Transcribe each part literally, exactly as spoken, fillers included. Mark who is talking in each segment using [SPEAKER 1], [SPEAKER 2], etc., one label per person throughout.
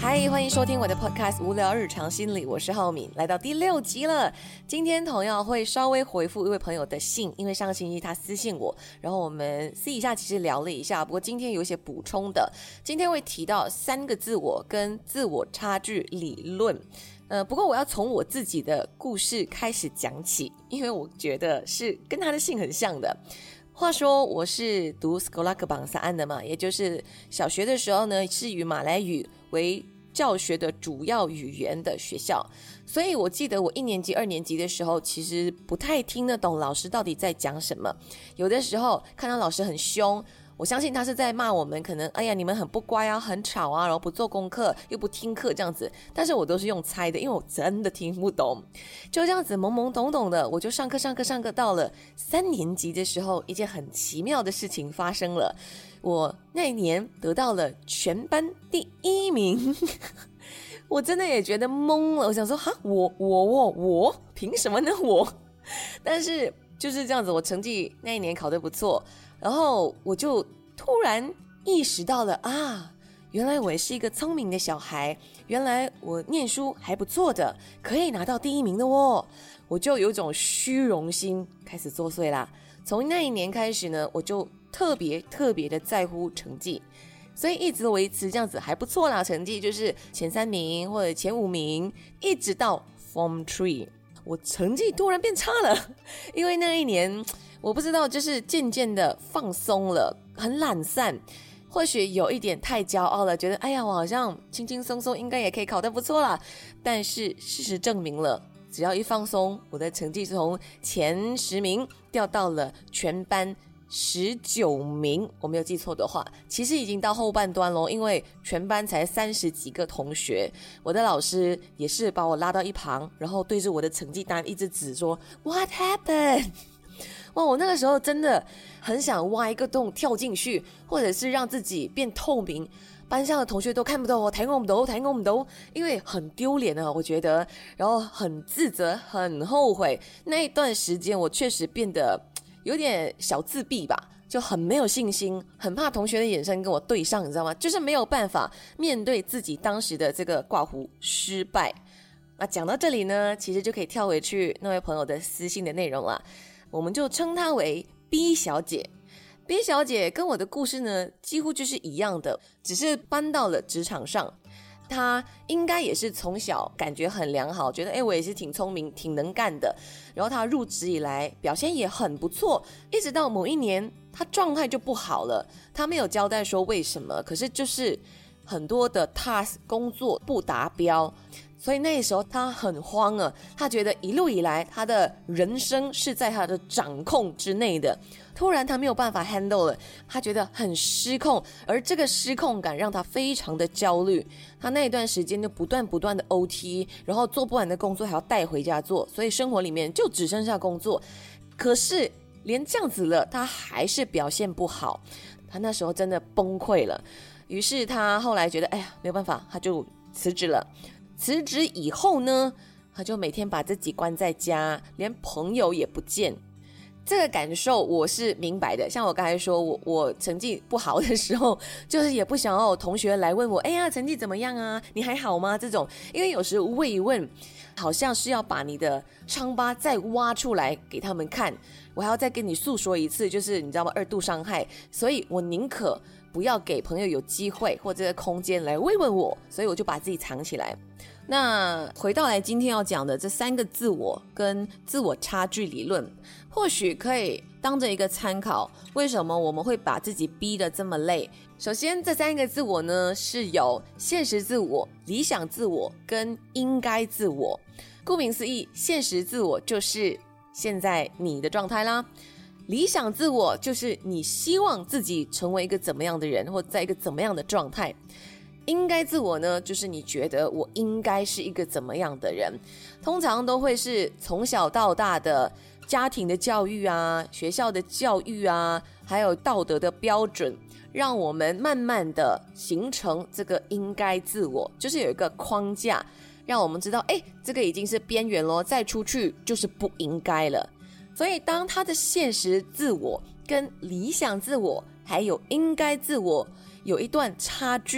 [SPEAKER 1] 嗨，欢迎收听我的 podcast 无聊日常心理，我是浩敏，来到第六集了。今天同样会稍微回复一位朋友的信，因为上个星期他私信我，然后我们私底下其实聊了一下，不过今天有一些补充的。今天会提到三个自我跟自我差距理论。呃，不过我要从我自己的故事开始讲起，因为我觉得是跟他的信很像的。话说我是读 Sekolah Kebangsaan 的嘛，也就是小学的时候呢是以马来语为教学的主要语言的学校，所以我记得我一年级二年级的时候其实不太听得懂老师到底在讲什么，有的时候看到老师很凶，我相信他是在骂我们，可能哎呀你们很不乖啊，很吵啊，然后不做功课又不听课这样子，但是我都是用猜的，因为我真的听不懂。就这样子懵懵懂懂的，我就上课上课上课，到了三年级的时候，一件很奇妙的事情发生了，我那一年得到了全班第一名我真的也觉得懵了，我想说哈，我我我我凭什么呢我？但是就是这样子，我成绩那一年考得不错，然后我就突然意识到了啊，原来我也是一个聪明的小孩，原来我念书还不错的，可以拿到第一名的哦。我就有种虚荣心开始作祟啦。从那一年开始呢，我就特别特别的在乎成绩，所以一直维持这样子还不错啦，成绩就是前三名或者前五名，一直到 Form 三，我成绩突然变差了，因为那一年我不知道，就是渐渐的放松了，很懒散，或许有一点太骄傲了，觉得哎呀我好像轻轻松松应该也可以考得不错啦。但是事实证明了，只要一放松，我的成绩从前十名掉到了全班十九名，我没有记错的话，其实已经到后半段咯，因为全班才三十几个同学，我的老师也是把我拉到一旁，然后对着我的成绩单一直指说 What happened？ 哇，我那个时候真的很想挖一个洞跳进去，或者是让自己变透明，班上的同學都看不到我，睇我唔到，睇我唔到，因為很丟臉啊，我覺得，然後很自責，很後悔。那一段時間我確實變得有點小自閉吧，就很沒有信心，很怕同學的眼神跟我對上，你知道嗎？就是沒有辦法面對自己當時的這個掛胡失敗。那講到這裡呢，其實就可以跳回去那位朋友的私信的內容啦，我們就稱她為 B 小姐。B 小姐跟我的故事呢几乎就是一样的，只是搬到了职场上。她应该也是从小感觉很良好，觉得诶我也是挺聪明挺能干的，然后她入职以来表现也很不错，一直到某一年她状态就不好了，她没有交代说为什么，可是就是很多的 task 工作不达标，所以那时候他很慌啊，他觉得一路以来他的人生是在他的掌控之内的，突然他没有办法 handle 了，他觉得很失控，而这个失控感让他非常的焦虑，他那一段时间就不断不断的 O T， 然后做不完的工作还要带回家做，所以生活里面就只剩下工作。可是连这样子了，他还是表现不好，他那时候真的崩溃了，于是他后来觉得哎呀没有办法，他就辞职了。辞职以后呢，他就每天把自己关在家，连朋友也不见。这个感受我是明白的，像我刚才说我我成绩不好的时候，就是也不想要有同学来问我哎呀成绩怎么样啊，你还好吗，这种，因为有时慰问好像是要把你的伤疤再挖出来给他们看，我还要再跟你诉说一次，就是你知道吗，二度伤害，所以我宁可不要给朋友有机会或者空间来慰问我，所以我就把自己藏起来。那回到来今天要讲的这三个自我跟自我差距理论，或许可以当着一个参考，为什么我们会把自己逼得这么累。首先这三个自我呢是有现实自我、理想自我跟应该自我。顾名思义，现实自我就是现在你的状态啦，理想自我就是你希望自己成为一个怎么样的人，或在一个怎么样的状态。应该自我呢，就是你觉得我应该是一个怎么样的人，通常都会是从小到大的家庭的教育啊，学校的教育啊，还有道德的标准，让我们慢慢的形成这个应该自我，就是有一个框架，让我们知道诶这个已经是边缘咯，再出去就是不应该了。所以当他的现实自我跟理想自我还有应该自我有一段差距，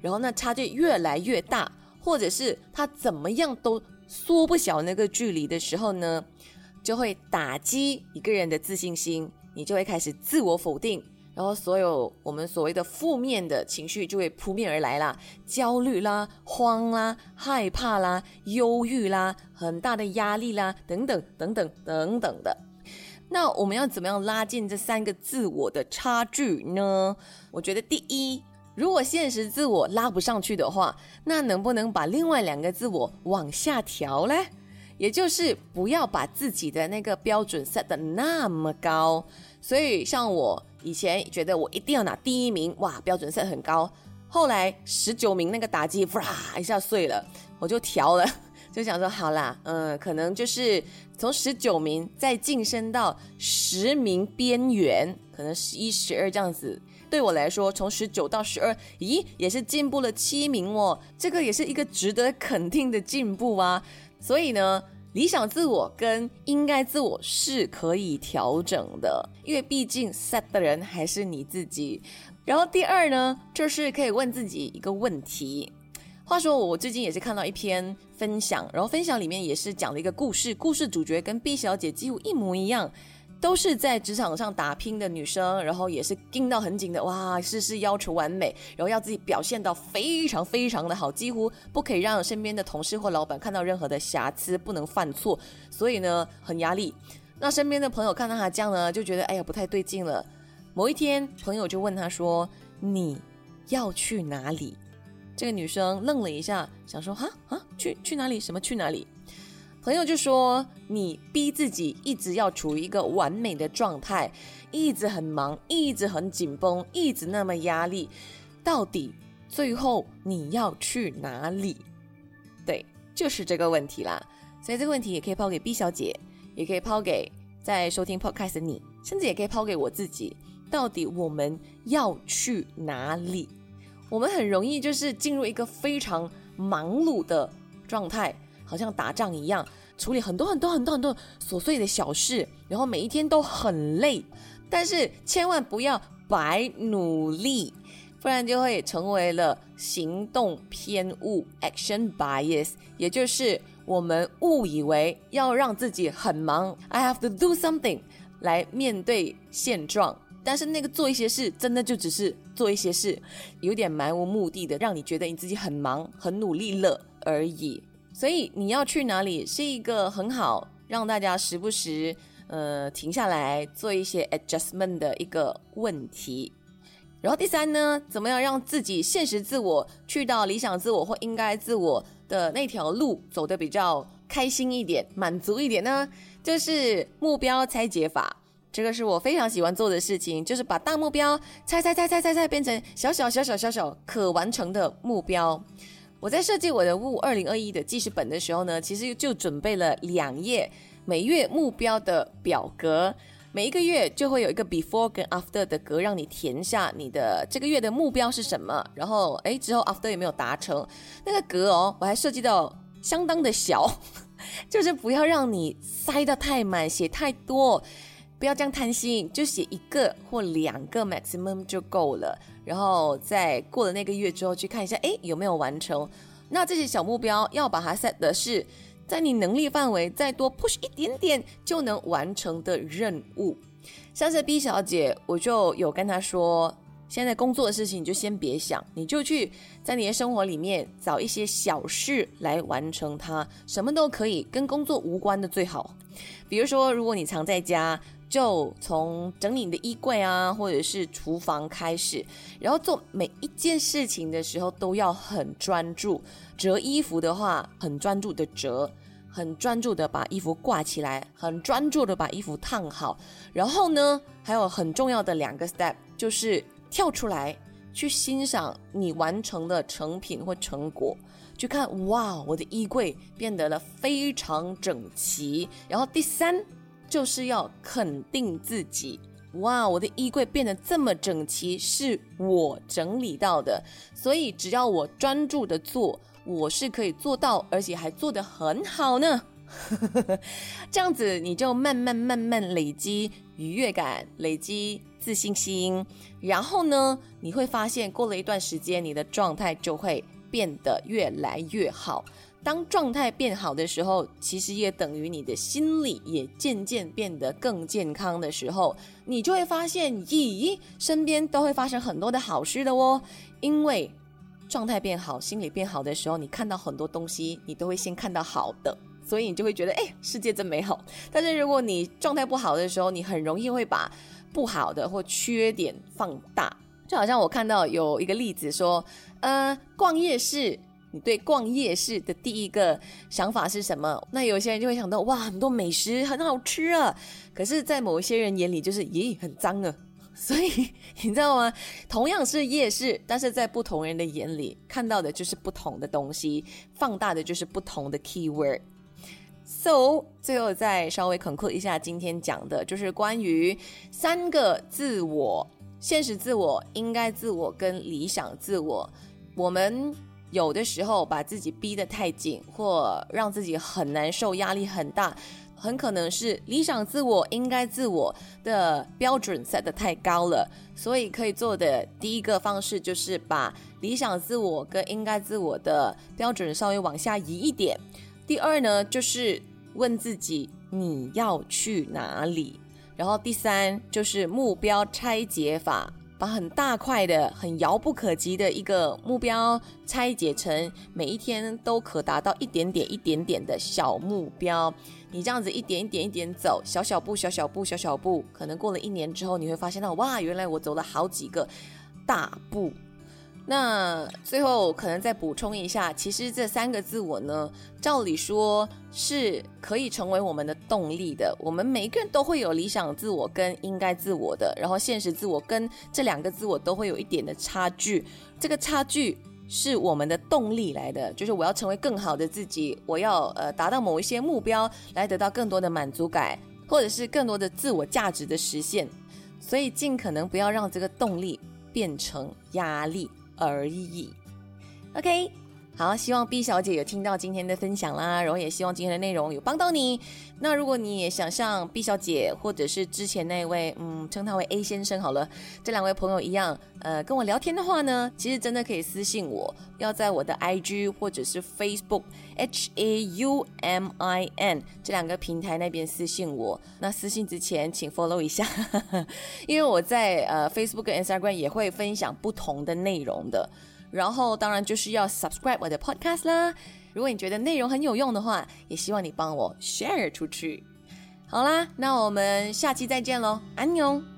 [SPEAKER 1] 然后那差距越来越大，或者是他怎么样都缩不小那个距离的时候呢，就会打击一个人的自信心，你就会开始自我否定，然后所有我们所谓的负面的情绪就会扑面而来啦，焦虑啦、慌啦、害怕啦、忧郁啦、很大的压力啦，等等等等等等的。那我们要怎么样拉近这三个自我的差距呢？我觉得第一，如果现实自我拉不上去的话，那能不能把另外两个自我往下调呢？也就是不要把自己的那个标准 set 得那么高。所以像我以前觉得我一定要拿第一名，哇，标准 set 很高，后来十九名那个打击哇一下碎了，我就调了，就想说好啦，嗯，可能就是从十九名再晋升到十名边缘，可能十一、十二这样子。对我来说，从十九到十二，咦，也是进步了七名哦，这个也是一个值得肯定的进步啊。所以呢，理想自我跟应该自我是可以调整的，因为毕竟 set 的人还是你自己。然后第二呢，就是可以问自己一个问题。话说我最近也是看到一篇分享，然后分享里面也是讲了一个故事，故事主角跟 B 小姐几乎一模一样，都是在职场上打拼的女生，然后也是盯到很紧的，哇，事事要求完美，然后要自己表现到非常非常的好，几乎不可以让身边的同事或老板看到任何的瑕疵，不能犯错，所以呢很压力。那身边的朋友看到他这样呢，就觉得哎呀不太对劲了。某一天朋友就问他说，你要去哪里？这个女生愣了一下，想说哈啊去去哪里？什么去哪里？朋友就说，你逼自己一直要处于一个完美的状态，一直很忙，一直很紧绷，一直那么压力，到底最后你要去哪里？对，就是这个问题啦。所以这个问题也可以抛给 B 小姐，也可以抛给在收听 podcast 的你，甚至也可以抛给我自己，到底我们要去哪里？我们很容易就是进入一个非常忙碌的状态，好像打仗一样，处理很多很多很多很多琐碎的小事，然后每一天都很累，但是千万不要白努力，不然就会成为了行动偏误 action bias， 也就是我们误以为要让自己很忙 I have to do something 来面对现状，但是那个做一些事真的就只是做一些事，有点漫无目的的让你觉得你自己很忙很努力了而已。所以你要去哪里是一个很好让大家时不时呃停下来做一些 adjustment 的一个问题。然后第三呢，怎么样让自己现实自我去到理想自我或应该自我的那条路走得比较开心一点满足一点呢？就是目标拆解法。这个是我非常喜欢做的事情，就是把大目标拆拆拆拆拆拆变成小小小小小小可完成的目标。我在设计我的 W U 二零二一的记事本的时候呢，其实就准备了两页每月目标的表格，每一个月就会有一个 before 跟 after 的格，让你填下你的这个月的目标是什么，然后诶之后 after 有没有达成。那个格哦，我还设计到相当的小，就是不要让你塞得太满，写太多，不要这样贪心，就写一个或两个 maximum 就够了，然后在过了那个月之后去看一下，诶有没有完成。那这些小目标要把它 set 的是在你能力范围再多 push 一点点就能完成的任务。像是 B 小姐，我就有跟她说，现在工作的事情你就先别想，你就去在你的生活里面找一些小事来完成它，什么都可以，跟工作无关的最好。比如说如果你常在家，就从整理你的衣柜啊，或者是厨房开始，然后做每一件事情的时候都要很专注。折衣服的话，很专注的折，很专注的把衣服挂起来，很专注的把衣服烫好。然后呢，还有很重要的两个 step， 就是跳出来去欣赏你完成的成品或成果，去看哇，我的衣柜变得了非常整齐。然后第三就是要肯定自己，哇，我的衣柜变得这么整齐是我整理到的，所以只要我专注的做，我是可以做到，而且还做得很好呢。这样子你就慢慢慢慢累积愉悦感，累积自信心，然后呢，你会发现过了一段时间，你的状态就会变得越来越好。当状态变好的时候，其实也等于你的心理也渐渐变得更健康的时候，你就会发现，咦，身边都会发生很多的好事的哦。因为状态变好，心理变好的时候，你看到很多东西，你都会先看到好的，所以你就会觉得，哎，世界真美好。但是如果你状态不好的时候，你很容易会把不好的或缺点放大。就好像我看到有一个例子说，呃，逛夜市。你对逛夜市的第一个想法是什么？那有些人就会想到，哇，很多美食很好吃啊，可是在某一些人眼里就是，咦，很脏啊。所以你知道吗？同样是夜市，但是在不同人的眼里看到的就是不同的东西，放大的就是不同的 keyword。 So 最后再稍微 conclude 一下今天讲的，就是关于三个自我：现实自我、应该自我跟理想自我。我们有的时候把自己逼得太紧，或让自己很难受，压力很大，很可能是理想自我、应该自我的标准 set 得太高了。所以可以做的第一个方式就是把理想自我跟应该自我的标准稍微往下移一点。第二呢，就是问自己你要去哪里。然后第三就是目标拆解法，把很大块的很遥不可及的一个目标拆解成每一天都可达到一点点一点点的小目标。你这样子一点一点一点走，小小步小小步小小步，可能过了一年之后，你会发现到，哇，原来我走了好几个大步。那最后可能再补充一下，其实这三个自我呢，照理说是可以成为我们的动力的。我们每一个人都会有理想自我跟应该自我的，然后现实自我跟这两个自我都会有一点的差距。这个差距是我们的动力来的，就是我要成为更好的自己，我要呃达到某一些目标，来得到更多的满足感，或者是更多的自我价值的实现。所以尽可能不要让这个动力变成压力而已。 OK， 好，希望 B 小姐有听到今天的分享啦，然后也希望今天的内容有帮到你。那如果你也想像 B 小姐或者是之前那位嗯，称他为 A 先生好了，这两位朋友一样呃，跟我聊天的话呢，其实真的可以私信我，要在我的 I G 或者是 Facebook H A U M I N 这两个平台那边私信我。那私信之前请 follow 一下因为我在呃 Facebook 跟 Instagram 也会分享不同的内容的。然后当然就是要 subscribe 我的 podcast 啦。如果你觉得内容很有用的话，也希望你帮我 share 出去。好啦，那我们下期再见咯，安妞。